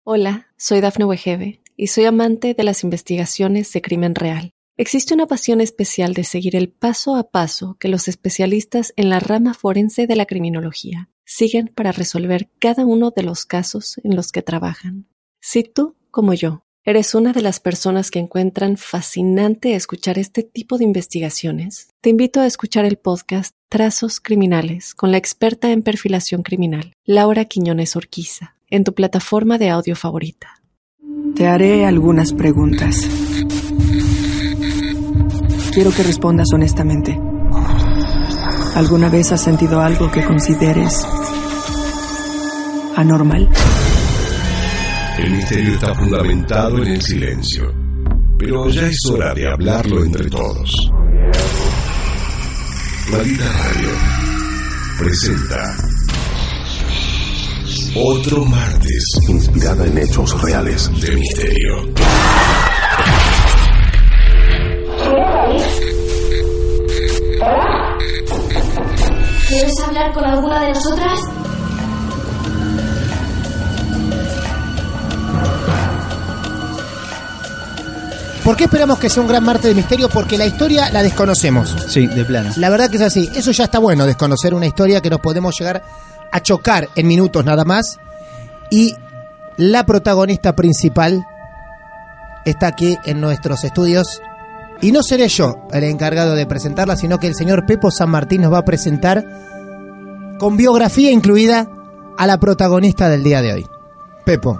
Hola, soy Dafne Wegebe y soy amante de las investigaciones de crimen real. Existe una pasión especial de seguir el paso a paso que los especialistas en la rama forense de la criminología siguen para resolver cada uno de los casos en los que trabajan. Si tú, como yo, eres una de las personas que encuentran fascinante escuchar este tipo de investigaciones, te invito a escuchar el podcast Trazos Criminales con la experta en perfilación criminal, Laura Quiñones Orquiza, en tu plataforma de audio favorita. Te haré algunas preguntas. Quiero que respondas honestamente. ¿Alguna vez has sentido algo que consideres anormal? El misterio está fundamentado en el silencio, pero ya es hora de hablarlo entre todos. Maldita Radio presenta otro martes inspirada en hechos reales de misterio. ¿Quieres hablar con alguna de nosotras? ¿Por qué esperamos que sea un gran martes de misterio? Porque la historia la desconocemos. Sí, de plano. La verdad que es así. Eso ya está bueno, desconocer una historia que nos podemos llegar a chocar en minutos nada más. Y la protagonista principal está aquí en nuestros estudios. Y no seré yo el encargado de presentarla, sino que el señor Pepo San Martín nos va a presentar, con biografía incluida, a la protagonista del día de hoy. Pepo.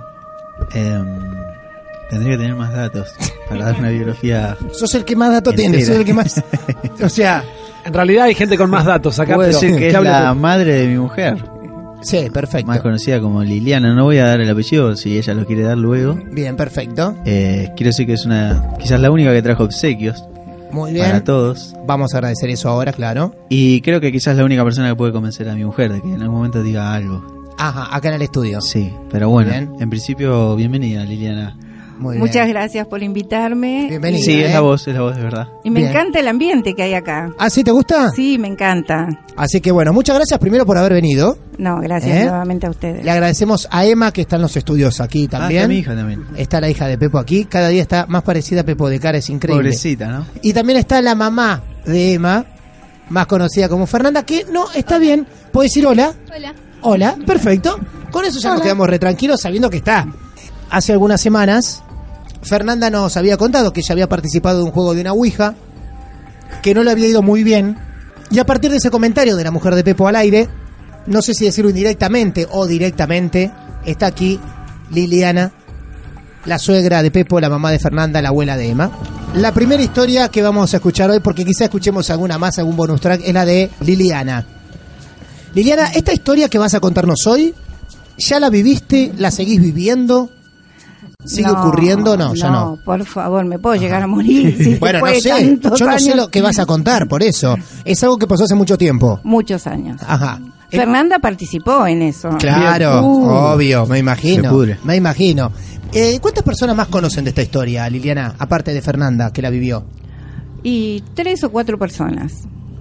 Tendría que tener más datos para dar una biografía. Sos el que más datos tienes, sos el que más. O sea, en realidad hay gente con más datos acá. Puedo pero decir que es la madre de mi mujer. Sí, perfecto. Más conocida como Liliana. No voy a dar el apellido si ella lo quiere dar luego. Bien, perfecto. Quiero decir que es quizás la única que trajo obsequios. Muy bien. Para todos. Vamos a agradecer eso ahora, claro. Y creo que quizás la única persona que puede convencer a mi mujer de que en algún momento diga algo. Ajá, acá en el estudio. Sí, pero bueno, bien. En principio, bienvenida, Liliana. Muy bien. Muchas gracias por invitarme. Bienvenida. Sí, es la voz de verdad. Y me Bien. encanta el ambiente que hay acá. ¿Ah, sí? ¿Te gusta? Sí, me encanta. Así que bueno, muchas gracias primero por haber venido. No, gracias nuevamente a ustedes. Le agradecemos a Emma, que está en los estudios aquí también. Está mi hija también. Está la hija de Pepo aquí. Cada día está más parecida a Pepo de cara, es increíble. Pobrecita, ¿no? Y también está la mamá de Emma, más conocida como Fernanda, que no, está bien. ¿Puedes decir hola? Hola. Hola, perfecto. Con eso ya nos quedamos retranquilos sabiendo que está. Hace algunas semanas, Fernanda nos había contado que ella había participado de un juego de una ouija, que no le había ido muy bien. Y a partir de ese comentario de la mujer de Pepo al aire, no sé si decirlo indirectamente o directamente, está aquí Liliana, la suegra de Pepo, la mamá de Fernanda, la abuela de Emma. La primera historia que vamos a escuchar hoy, porque quizá escuchemos alguna más, algún bonus track, es la de Liliana. Liliana, esta historia que vas a contarnos hoy, ¿ya la viviste? ¿La seguís viviendo? ¿Sigue ocurriendo? No, ya no. Por favor, me puedo llegar a morir. Si bueno, no después de sé, tantos yo no sé años. lo que vas a contar, por eso. Es algo que pasó hace mucho tiempo. Muchos años. Ajá. Fernanda participó en eso. Claro, obvio, me Se imagino. pudre. Me imagino. ¿Cuántas personas más conocen de esta historia, Liliana, aparte de Fernanda, que la vivió? Y 3 o 4 personas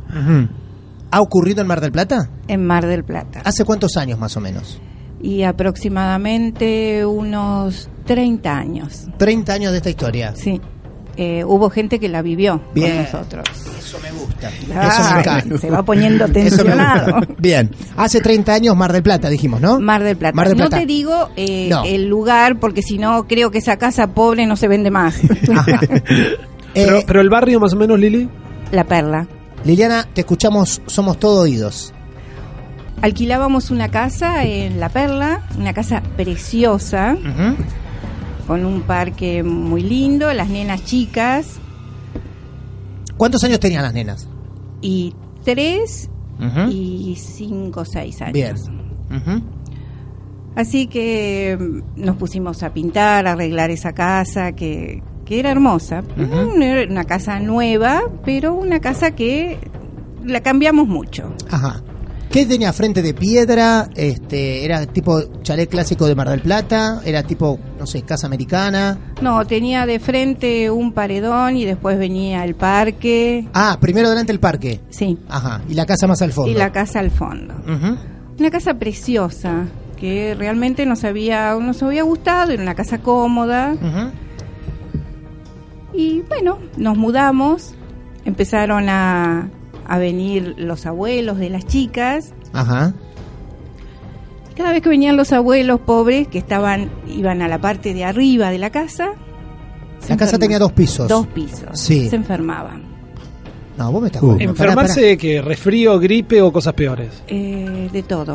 ¿Ha ocurrido en Mar del Plata? en Mar del Plata. ¿Hace cuántos años más o menos? Y aproximadamente unos 30 años. 30 años de esta historia. Sí. Hubo gente que la vivió Bien. con nosotros. Eso me gusta. Eso me Ah, encanta. se va poniendo Eso me tensionado. gusta. Bien. Hace 30 años Mar del Plata, dijimos, ¿no? Mar del Plata. Mar del Plata. No te digo No. el lugar, porque si no, creo que esa casa pobre no se vende más. Ajá. Pero el barrio más o menos, Lili. La Perla. Liliana, te escuchamos, somos todo oídos. Alquilábamos una casa en La Perla, una casa preciosa, con un parque muy lindo, las nenas chicas, ¿Cuántos años tenían las nenas? y 3 y 5, 6 años. Bien. Así que nos pusimos a pintar, a arreglar esa casa que era hermosa. No era una casa nueva, pero una casa que la cambiamos mucho. Ajá. ¿Qué tenía? ¿Frente de piedra? ¿Era tipo chalet clásico de Mar del Plata? ¿Era tipo, no sé, casa americana? No, tenía de frente un paredón y después venía el parque. Ah, primero delante el parque. Sí. Ajá. Y la casa más al fondo. Y la casa al fondo. Ujú. Una casa preciosa, que realmente nos había gustado, era una casa cómoda. Ujú. Y bueno, nos mudamos, empezaron a venir los abuelos de las chicas. Ajá. Cada vez que venían los abuelos pobres, que iban a la parte de arriba de la casa. La casa tenía 2 pisos. 2 pisos. Sí. Se enfermaban. No, vos me estás jodiendo. ¿Enfermarse de qué? ¿Resfrío, gripe o cosas peores? De todo.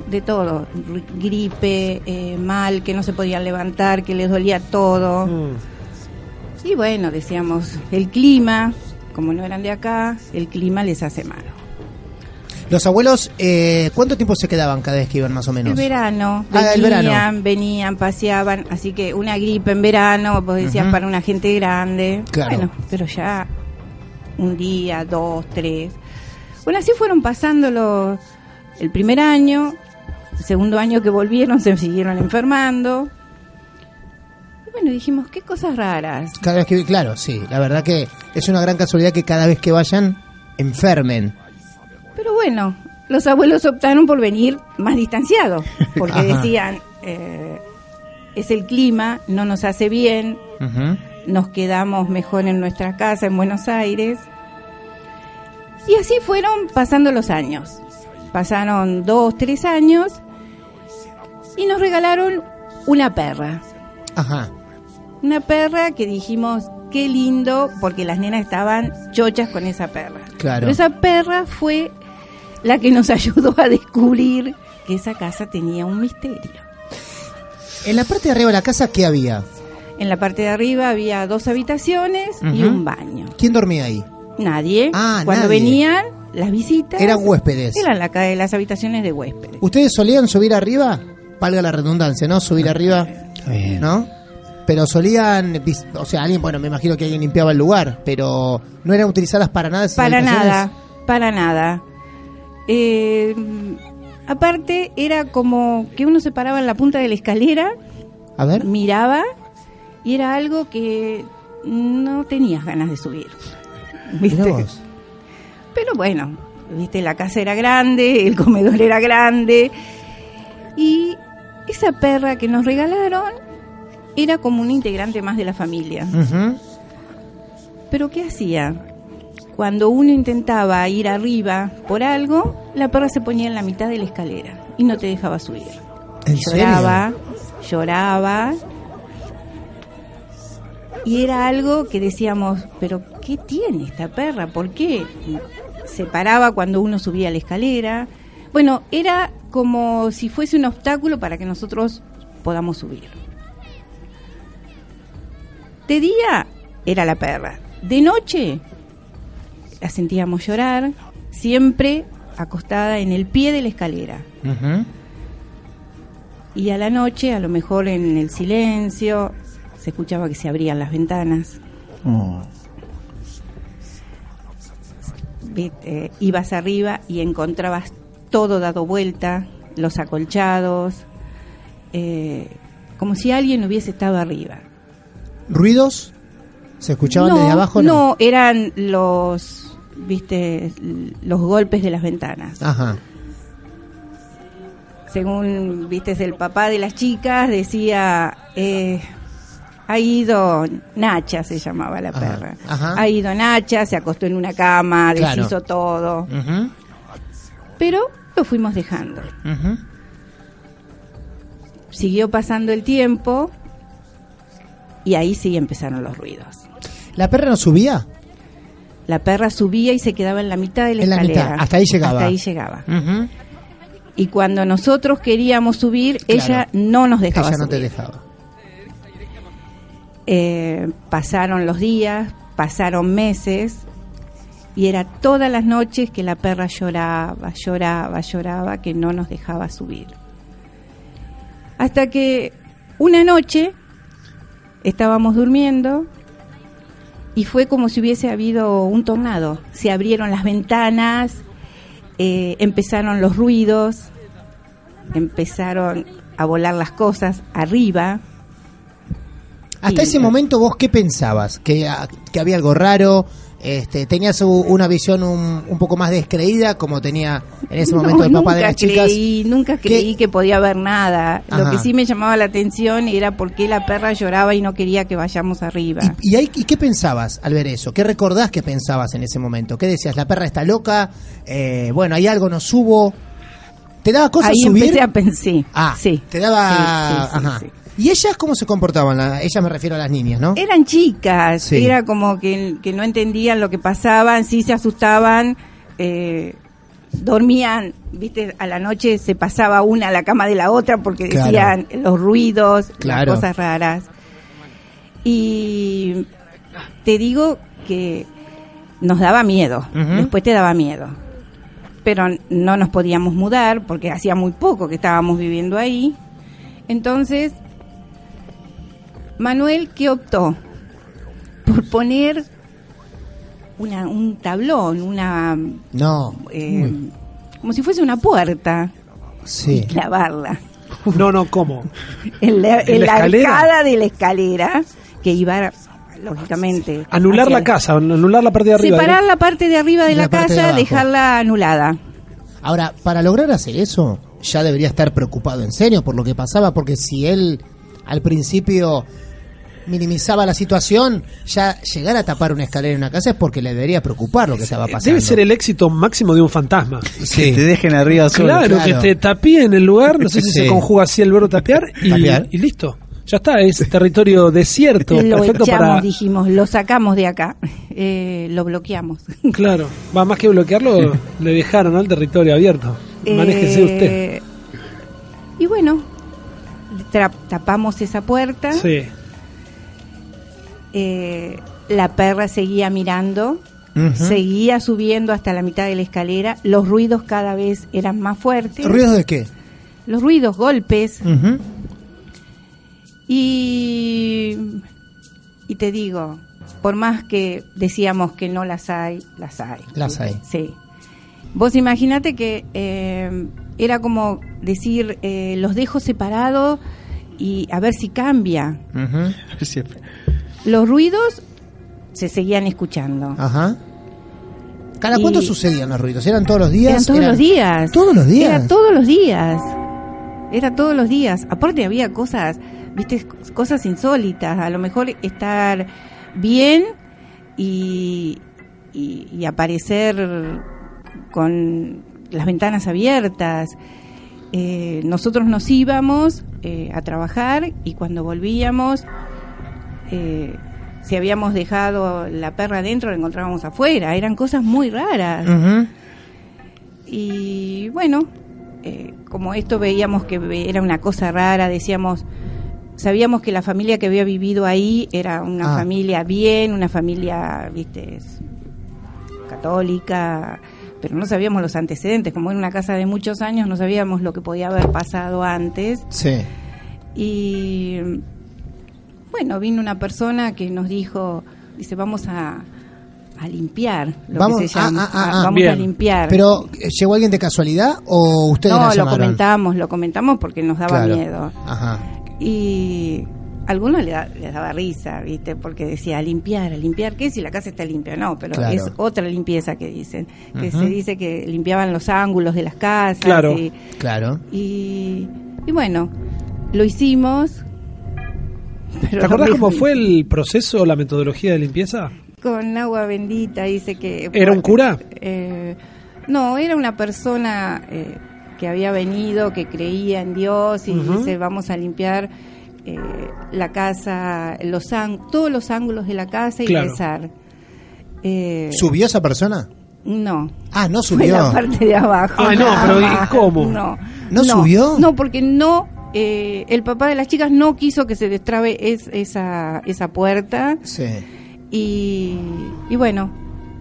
Gripe, mal, que no se podían levantar, que les dolía todo. Y bueno, decíamos, el clima, como no eran de acá, el clima les hace mal. Los abuelos, ¿cuánto tiempo se quedaban cada vez que iban más o menos? El verano. El verano. Venían, paseaban, así que una gripe en verano, vos decías, para una gente grande. Claro. Bueno, pero ya un día, 2, 3. Bueno, así fueron pasando el primer año, el segundo año que volvieron se siguieron enfermando. Y bueno, dijimos, qué cosas raras. Cada vez que, claro, sí, la verdad que es una gran casualidad que cada vez que vayan, enfermen. Pero bueno, los abuelos optaron por venir más distanciados, porque Ajá. decían, es el clima, no nos hace bien, Ujú. nos quedamos mejor en nuestra casa en Buenos Aires. Y así fueron pasando los años. Pasaron 2, 3 años y nos regalaron una perra. Ajá. Una perra que dijimos, qué lindo, porque las nenas estaban chochas con esa perra. Claro. Pero esa perra fue la que nos ayudó a descubrir que esa casa tenía un misterio. En la parte de arriba de la casa, ¿qué había? En la parte de arriba había 2 habitaciones y Ujú. un baño. ¿Quién dormía ahí? Nadie. Ah, Cuando nadie. venían las visitas... Eran huéspedes. Eran las habitaciones de huéspedes. ¿Ustedes solían subir arriba? Valga la redundancia, ¿no? Subir arriba, Está bien. ¿no? Pero solían, o sea, alguien, bueno, me imagino que alguien limpiaba el lugar, pero no eran utilizadas para nada esas Para habitaciones. nada, para nada. Aparte, era como que uno se paraba en la punta de la escalera, A ver. miraba, y era algo que no tenías ganas de subir. ¿Viste? Mirá vos. Pero bueno, viste, la casa era grande, el comedor era grande, y esa perra que nos regalaron era como un integrante más de la familia. Ujú. ¿Pero qué hacía? Cuando uno intentaba ir arriba por algo, la perra se ponía en la mitad de la escalera y no te dejaba subir. ¿En Lloraba. Y era algo que decíamos, ¿pero qué tiene esta perra? ¿Por qué? Se paraba cuando uno subía a la escalera. Bueno, era como si fuese un obstáculo para que nosotros podamos subir. De día era la perra. De noche la sentíamos llorar, siempre acostada en el pie de la escalera. Ujú. Y a la noche, a lo mejor en el silencio, se escuchaba que se abrían las ventanas. Oh. Ibas arriba y encontrabas todo dado vuelta, los acolchados, como si alguien hubiese estado arriba. ¿Ruidos? ¿Se escuchaban desde abajo? No, eran los golpes de las ventanas. Ajá. Según, el papá de las chicas decía, ha ido Nacha, se llamaba la perra. Ajá. Ha ido Nacha, se acostó en una cama, Claro. deshizo todo. Ujú. Pero lo fuimos dejando. Ujú. Siguió pasando el tiempo y ahí sí empezaron los ruidos. ¿La perra no subía? La perra subía y se quedaba en la mitad de la En la escalera. mitad, hasta ahí llegaba. Hasta ahí llegaba. Ujú. Y cuando nosotros queríamos subir, Claro. ella no nos dejaba Ella no subir. te dejaba. Pasaron los días, pasaron meses, y era todas las noches que la perra lloraba, que no nos dejaba subir. Hasta que una noche estábamos durmiendo y fue como si hubiese habido un tornado. Se abrieron las ventanas, empezaron los ruidos, empezaron a volar las cosas arriba. Hasta Y- ese momento, ¿vos qué pensabas? ¿Que había algo raro? ¿Tenías una visión un poco más descreída como tenía en ese momento el papá de las chicas? Nunca creí que podía haber nada. Ajá. Lo que sí me llamaba la atención era por qué la perra lloraba y no quería que vayamos arriba. ¿Y qué pensabas al ver eso? ¿Qué recordás que pensabas en ese momento? ¿Qué decías? ¿La perra está loca? Bueno, hay algo, no subo. ¿Te daba cosas ahí subir? Empecé a pensar. Sí. Te daba... Sí, Ajá. sí. ¿Y ellas cómo se comportaban? Ellas me refiero a las niñas, ¿no? Eran chicas, Sí. era como que no entendían lo que pasaban, sí se asustaban, dormían, viste, a la noche se pasaba una a la cama de la otra porque decían los ruidos, las cosas raras. Y te digo que nos daba miedo, después te daba miedo. Pero no nos podíamos mudar porque hacía muy poco que estábamos viviendo ahí. Entonces, Manuel, ¿qué optó? Por poner un tablón, como si fuese una puerta, sí. y clavarla. No, ¿cómo? En la escalera? arcada de la escalera, que iba, lógicamente... Anular la casa, anular la parte de arriba. Separar la parte de arriba de la casa, dejarla anulada. Ahora, para lograr hacer eso, ya debería estar preocupado en serio por lo que pasaba, porque si él al principio minimizaba la situación, ya llegar a tapar una escalera en una casa es porque le debería preocupar lo que estaba pasando. Debe ser el éxito máximo de un fantasma. Sí. Que te dejen arriba solo. Claro, que te tapíe en el lugar, no sé si se conjuga así el verbo tapear, y listo. Ya está, es territorio desierto. Lo perfecto echamos, dijimos, lo sacamos de acá, lo bloqueamos. Claro, va más que bloquearlo, le dejaron al territorio abierto. Manéjese usted. Y bueno, tapamos esa puerta. Sí. La perra seguía mirando, seguía subiendo hasta la mitad de la escalera. Los ruidos cada vez eran más fuertes. ¿Ruidos de qué? Los ruidos, golpes. Y te digo, por más que decíamos que no las hay, las hay. Las hay. Sí. Vos imaginate que era como decir, los dejo separados y a ver si cambia. Los ruidos se seguían escuchando. Ajá. ¿Cada cuánto sucedían los ruidos? ¿Eran todos los días? Eran todos los días. ¿Todos los días? Era todos los días. Era todos los días. Aparte había cosas, viste, cosas insólitas. A lo mejor estar bien y aparecer con las ventanas abiertas. Nosotros nos íbamos a trabajar y cuando volvíamos, si habíamos dejado la perra adentro, la encontrábamos afuera. Eran cosas muy raras. Y bueno, como esto veíamos que era una cosa rara, sabíamos que la familia que había vivido ahí era una familia bien, una familia, viste, católica, pero no sabíamos los antecedentes. Como era una casa de muchos años, no sabíamos lo que podía haber pasado antes. Sí. Y bueno, vino una persona que nos dijo, dice, vamos a limpiar, que se llama. Vamos a limpiar. Pero, ¿llegó alguien de casualidad o ustedes la llamaron? No, lo comentamos porque nos daba miedo. Ajá. Y a algunos les daba risa, ¿viste? Porque decía, a limpiar, ¿qué si la casa está limpia? No, pero es otra limpieza que dicen. Que se dice que limpiaban los ángulos de las casas. Claro. Y bueno, lo hicimos. ¿Te acordás cómo fue el proceso, la metodología de limpieza? Con agua bendita, dice que... ¿Era un cura? No, era una persona que había venido, que creía en Dios y dice, vamos a limpiar la casa, todos los ángulos de la casa y rezar. ¿Subió esa persona? No. No subió. Fue la parte de abajo. No, pero ¿y cómo? ¿No subió? No, porque el papá de las chicas no quiso que se destrabe esa puerta. Sí. Y bueno,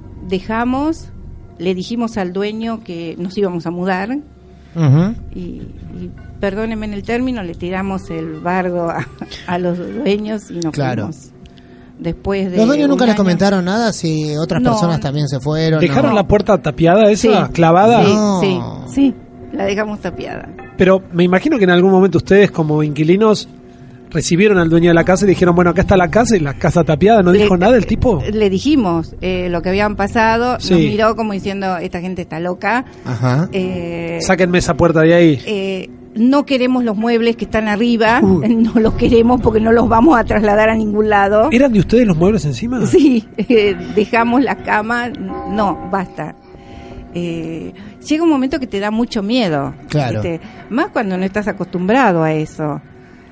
le dijimos al dueño que nos íbamos a mudar. Y perdónenme en el término, le tiramos el bardo a los dueños y nos fuimos. Después de ¿Los dueños nunca les comentaron nada si otras personas también se fueron? ¿Dejaron la puerta tapiada esa, clavada? Sí, la dejamos tapiada. Pero me imagino que en algún momento ustedes como inquilinos recibieron al dueño de la casa y dijeron, bueno, acá está la casa y la casa tapiada, ¿no dijo nada el tipo? Le dijimos lo que habían pasado, Sí. nos miró como diciendo, esta gente está loca. Ajá. Sáquenme esa puerta de ahí. No queremos los muebles que están arriba, no los queremos porque no los vamos a trasladar a ningún lado. ¿Eran de ustedes los muebles encima? Sí, dejamos la cama, no, basta. Llega un momento que te da mucho miedo. Claro. ¿Viste? Más cuando no estás acostumbrado a eso.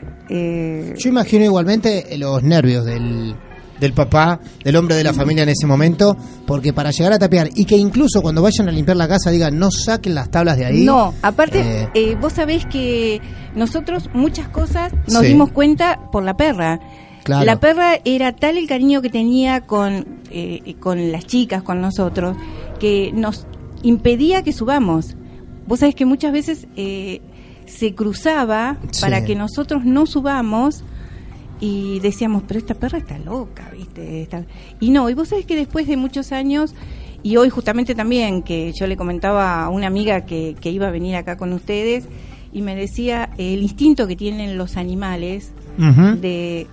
Yo imagino igualmente los nervios del papá, del hombre de la familia en ese momento, porque para llegar a tapiar y que incluso cuando vayan a limpiar la casa digan no saquen las tablas de ahí. No, aparte vos sabés que nosotros muchas cosas nos Sí. dimos cuenta por la perra. Claro. La perra era tal el cariño que tenía con las chicas, con nosotros, que nos impedía que subamos. Vos sabés que muchas veces se cruzaba Sí. para que nosotros no subamos y decíamos, pero esta perra está loca, ¿viste? Y no, y vos sabés que después de muchos años, y hoy justamente también, que yo le comentaba a una amiga que iba a venir acá con ustedes, y me decía el instinto que tienen los animales Ujú. de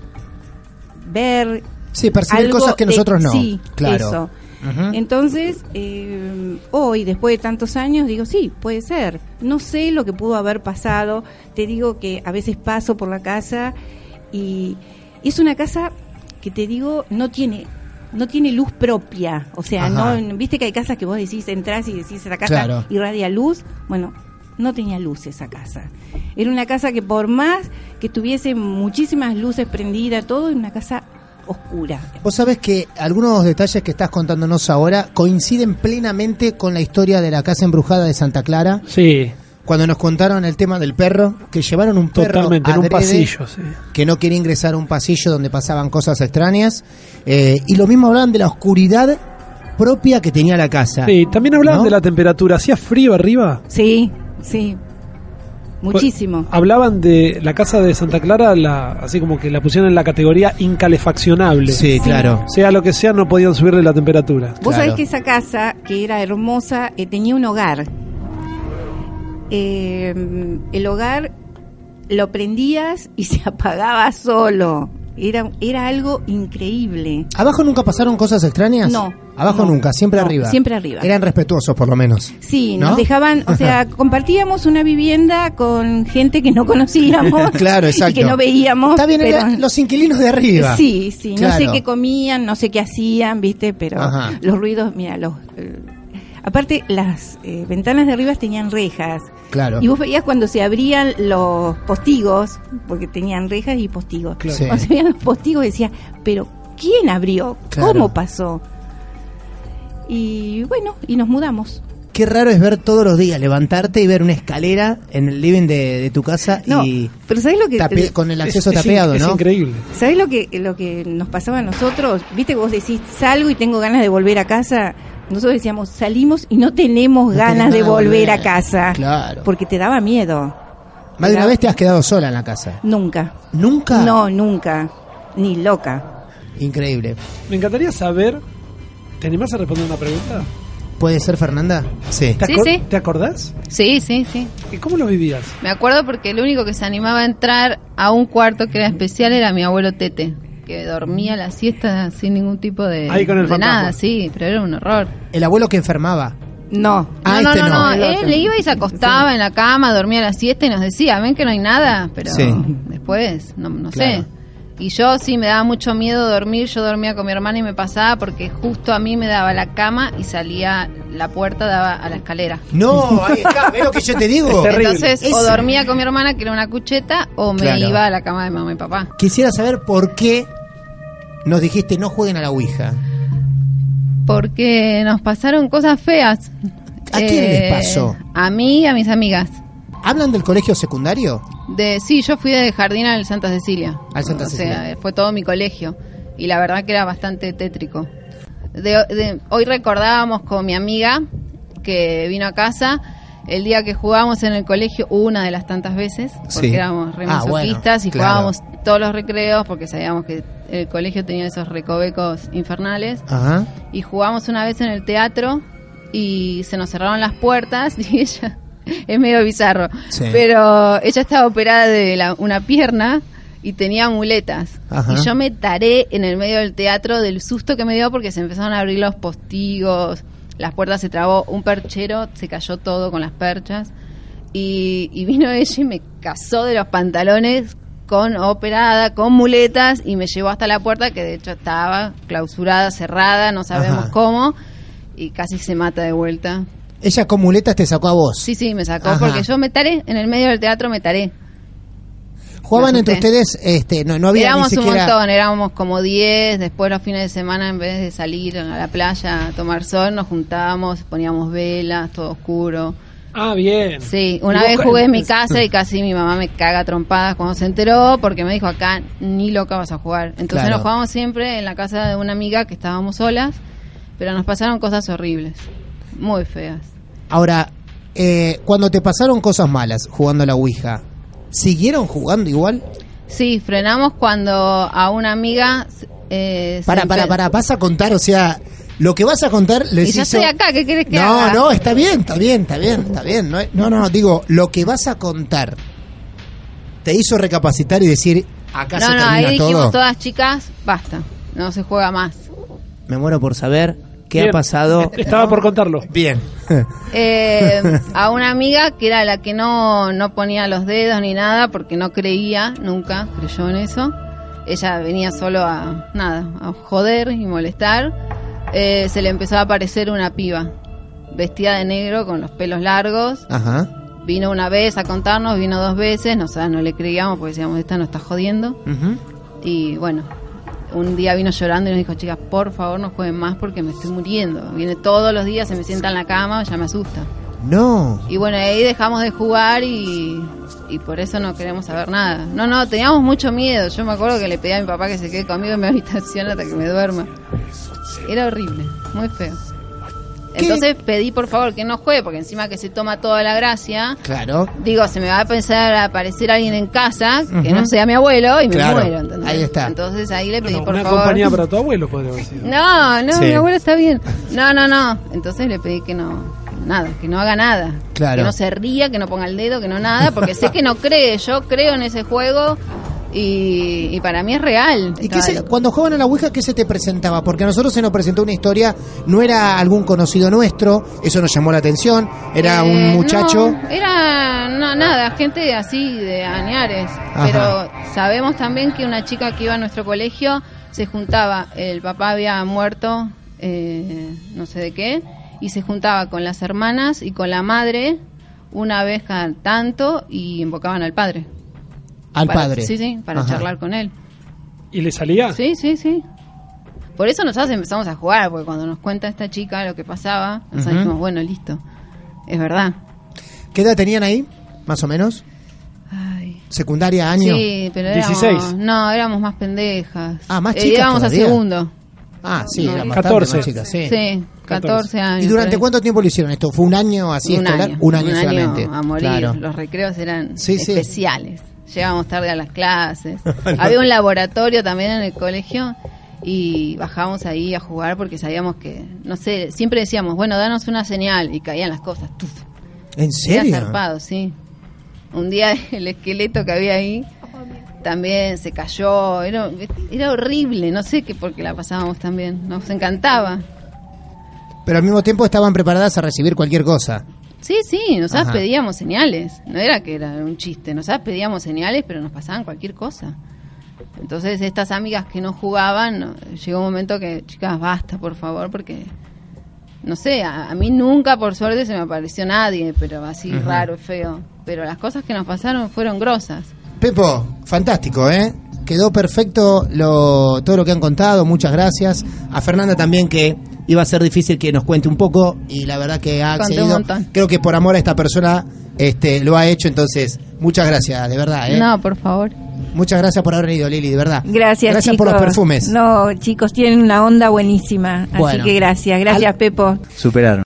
ver... Sí, percibir algo cosas que nosotros no. Sí, Claro. eso. Ujú. Entonces, hoy, después de tantos años, digo, sí, puede ser. No sé lo que pudo haber pasado. Te digo que a veces paso por la casa y es una casa que te digo, no tiene luz propia. O sea, Ajá. no, viste que hay casas que vos decís, entrás y decís, esta casa Claro. irradia luz. Bueno, no tenía luz esa casa. Era una casa que por más que tuviese muchísimas luces prendidas, todo, era una casa oscura. Vos sabés que algunos detalles que estás contándonos ahora coinciden plenamente con la historia de la casa embrujada de Santa Clara. Sí, Cuando nos contaron el tema del perro, que llevaron un perro totalmente, en un adrede, pasillo, sí. que no quería ingresar a un pasillo donde pasaban cosas extrañas. Y lo mismo hablaban de la oscuridad propia que tenía la casa. Sí, también hablaban ¿No? de la temperatura. ¿Hacía frío arriba? Sí, sí. Muchísimo. Hablaban de la casa de Santa Clara, así como que la pusieron en la categoría incalefaccionable. Sí, claro. Sea lo que sea, no podían subirle la temperatura. Vos Claro. sabés que esa casa, que era hermosa, tenía un hogar. El hogar lo prendías y se apagaba solo. Era algo increíble. ¿Abajo nunca pasaron cosas extrañas? No. Abajo No, nunca, siempre no, arriba. siempre arriba. Eran respetuosos, por lo menos. Sí, ¿No? nos dejaban, o sea, compartíamos una vivienda con gente que no conocíamos. Claro, exacto. Y que no veíamos. Está bien, pero- eran los inquilinos de arriba. Sí, sí, Claro. no sé qué comían, no sé qué hacían, ¿viste? Pero Ajá. los ruidos, mira, aparte las ventanas de arriba tenían rejas. Claro. Y vos veías cuando se abrían los postigos, porque tenían rejas y postigos. Claro. Sí. Cuando se abrían los postigos decía, pero ¿quién abrió? Claro. ¿Cómo pasó? Y bueno, y nos mudamos. Qué raro es ver todos los días, levantarte y ver una escalera en el living de tu casa No, y pero ¿sabés lo que con el acceso Es tapeado, es ¿no? increíble. ¿Sabés lo que nos pasaba a nosotros? Viste que vos decís, salgo y tengo ganas de volver a casa. Nosotros decíamos, salimos y no tenemos ganas de volver a casa. Claro. Porque te daba miedo. Más de una vez te has quedado sola en la casa. Nunca. ¿Nunca? No, nunca. Ni loca. Increíble. Me encantaría saber, ¿te animás a responder una pregunta? ¿Puede ser, Fernanda? Sí. Sí, sí. ¿Te acordás? Sí, sí, sí. ¿Y cómo lo vivías? Me acuerdo porque el único que se animaba a entrar a un cuarto que era especial era mi abuelo Tete, que dormía la siesta sin ningún tipo de, Ahí con el de fantasma. nada, sí, pero era un horror. El abuelo que enfermaba. No. Ah, no, este no, no. no, él le iba y se acostaba en la cama, dormía la siesta y nos decía, ven que no hay nada, pero Sí. después, no Claro. sé. Y yo sí me daba mucho miedo dormir, yo dormía con mi hermana y me pasaba porque justo a mí me daba la cama y salía, la puerta daba a la escalera. No, ahí está, ¿ves lo que yo te digo? Es terrible. Entonces, o Esa- dormía con mi hermana, que era una cucheta, o me Claro. iba a la cama de mamá y papá. Quisiera saber por qué nos dijiste no jueguen a la Ouija. Porque nos pasaron cosas feas. ¿A quién les pasó? A mí y a mis amigas. ¿Hablan del colegio secundario? Sí, yo fui de jardín al Santa Cecilia. Al Santa Cecilia. O sea, fue todo mi colegio. Y la verdad que era bastante tétrico. Hoy recordábamos con mi amiga que vino a casa el día que jugábamos en el colegio, una de las tantas veces, porque Sí. éramos re Ah, masoquistas bueno, y claro. jugábamos todos los recreos porque sabíamos que el colegio tenía esos recovecos infernales. Ajá. Y jugamos una vez en el teatro y se nos cerraron las puertas y ella, es medio bizarro, Sí. pero ella estaba operada de una pierna y tenía muletas. Ajá. Y yo me taré en el medio del teatro del susto que me dio porque se empezaron a abrir los postigos, las puertas se trabó, un perchero, se cayó todo con las perchas. Y vino ella y me cazó de los pantalones con operada, con muletas, y me llevó hasta la puerta, que de hecho estaba clausurada, cerrada, no sabemos cómo, y casi se mata de vuelta. ¿Ella con muletas te sacó a vos? Sí, me sacó porque yo me taré, en el medio del teatro me taré. ¿Jugaban entre ustedes? No había éramos ni siquiera... un montón, éramos como 10, después los fines de semana en vez de salir a la playa a tomar sol, nos juntábamos, poníamos velas, todo oscuro. Ah, bien. Sí, una vez jugué en mi casa y casi mi mamá me caga trompadas cuando se enteró porque me dijo, acá ni loca vas a jugar. Entonces nos jugábamos siempre en la casa de una amiga que estábamos solas, pero nos pasaron cosas horribles, muy feas. Ahora, cuando te pasaron cosas malas jugando a la Ouija, ¿siguieron jugando igual? Sí, frenamos cuando a una amiga... Para, vas a contar, o sea... Lo que vas a contar les y yo hizo... estoy acá, ¿qué querés que haga? No, está bien. No, digo, lo que vas a contar te hizo recapacitar y decir, acá se termina todo. No, ahí dijimos todas chicas, basta, no se juega más. Me muero por saber qué ha pasado. Estaba por contarlo. Bien. A una amiga que era la que no ponía los dedos ni nada porque no creía, nunca creyó en eso. Ella venía solo a joder y molestar. Se le empezó a aparecer una piba vestida de negro con los pelos largos. Ajá. Vino una vez a contarnos, vino 2 veces, no le creíamos porque decíamos, esta no está jodiendo. Uh-huh. Y bueno, un día vino llorando y nos dijo, chicas, por favor no jueguen más porque me estoy muriendo. Viene todos los días, se me sienta en la cama, ya me asusta. No. Y bueno, ahí dejamos de jugar y por eso no queremos saber nada. No, teníamos mucho miedo. Yo me acuerdo que le pedí a mi papá que se quede conmigo en mi habitación hasta que me duerma. Era horrible, muy feo. Entonces pedí por favor que no juegue, porque encima que se toma toda la gracia. Claro. Digo, se me va a pensar a aparecer alguien en casa que no sea mi abuelo y me muero, ¿entendés? Ahí está. Entonces ahí le pedí por una favor. Una compañía para tu abuelo, podría decir. No, sí. Mi abuelo está bien. No. Entonces le pedí que no haga nada. Claro. Que no se ría, que no ponga el dedo, que no nada, porque sé que no cree. Yo creo en ese juego. Y para mí es real. ¿Y cuando jugaban a la Ouija, qué se te presentaba? Porque a nosotros se nos presentó una historia, no era algún conocido nuestro, eso nos llamó la atención, era un muchacho. No, era nada, gente así de Añares. Ajá. Pero sabemos también que una chica que iba a nuestro colegio se juntaba, el papá había muerto, no sé de qué, y se juntaba con las hermanas y con la madre una vez cada tanto y invocaban al padre. Padre. Sí, para charlar con él. ¿Y le salía? Sí. Por eso nosotros empezamos a jugar, porque cuando nos cuenta esta chica lo que pasaba, nosotros dijimos, bueno, listo, es verdad. ¿Qué edad tenían ahí, más o menos? Ay. ¿Secundaria, año? Sí, pero 16. éramos más pendejas. Más chicas íbamos todavía. A segundo. Sí, no, eran 14. Más chicas, sí. Sí, 14 años. ¿Y durante cuánto tiempo lo hicieron esto? ¿Fue un año así escolar? Un año solamente. A morir, claro. Los recreos eran especiales. Llegábamos tarde a las clases. Había un laboratorio también en el colegio y bajábamos ahí a jugar porque sabíamos que, no sé, siempre decíamos, bueno, danos una señal, y caían las cosas. ¡Tuf! ¿En serio? Era zarpado, sí. Un día el esqueleto que había ahí también se cayó. Era horrible, no sé qué por qué la pasábamos tan bien. Nos encantaba. Pero al mismo tiempo estaban preparadas a recibir cualquier cosa. Sí, nosotros pedíamos señales, no era que era un chiste, nosotros pedíamos señales, pero nos pasaban cualquier cosa. Entonces estas amigas que no jugaban, llegó un momento que, chicas, basta, por favor, porque, no sé, a mí nunca, por suerte, se me apareció nadie, pero así raro y feo. Pero las cosas que nos pasaron fueron grosas. Pepo, fantástico, ¿eh? Quedó perfecto todo lo que han contado, muchas gracias. A Fernanda también, que iba a ser difícil que nos cuente un poco y la verdad que ha accedido. Creo que por amor a esta persona lo ha hecho, entonces muchas gracias, de verdad. No, por favor. Muchas gracias por haber venido, Lili, de verdad. Gracias, chicos. Por los perfumes. No, chicos, tienen una onda buenísima, así que gracias, Pepo. Superaron.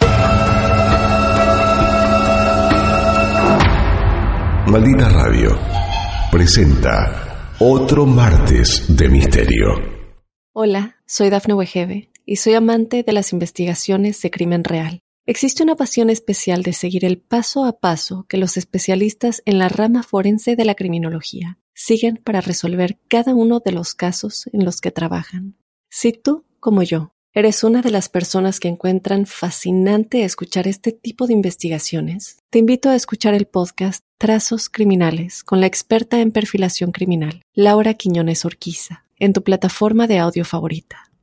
Maldita Radio presenta otro martes de misterio. Hola, soy Dafne Wegebe y soy amante de las investigaciones de crimen real. Existe una pasión especial de seguir el paso a paso que los especialistas en la rama forense de la criminología siguen para resolver cada uno de los casos en los que trabajan. Si tú, como yo, eres una de las personas que encuentran fascinante escuchar este tipo de investigaciones, te invito a escuchar el podcast Trazos Criminales con la experta en perfilación criminal, Laura Quiñones Orquiza, en tu plataforma de audio favorita.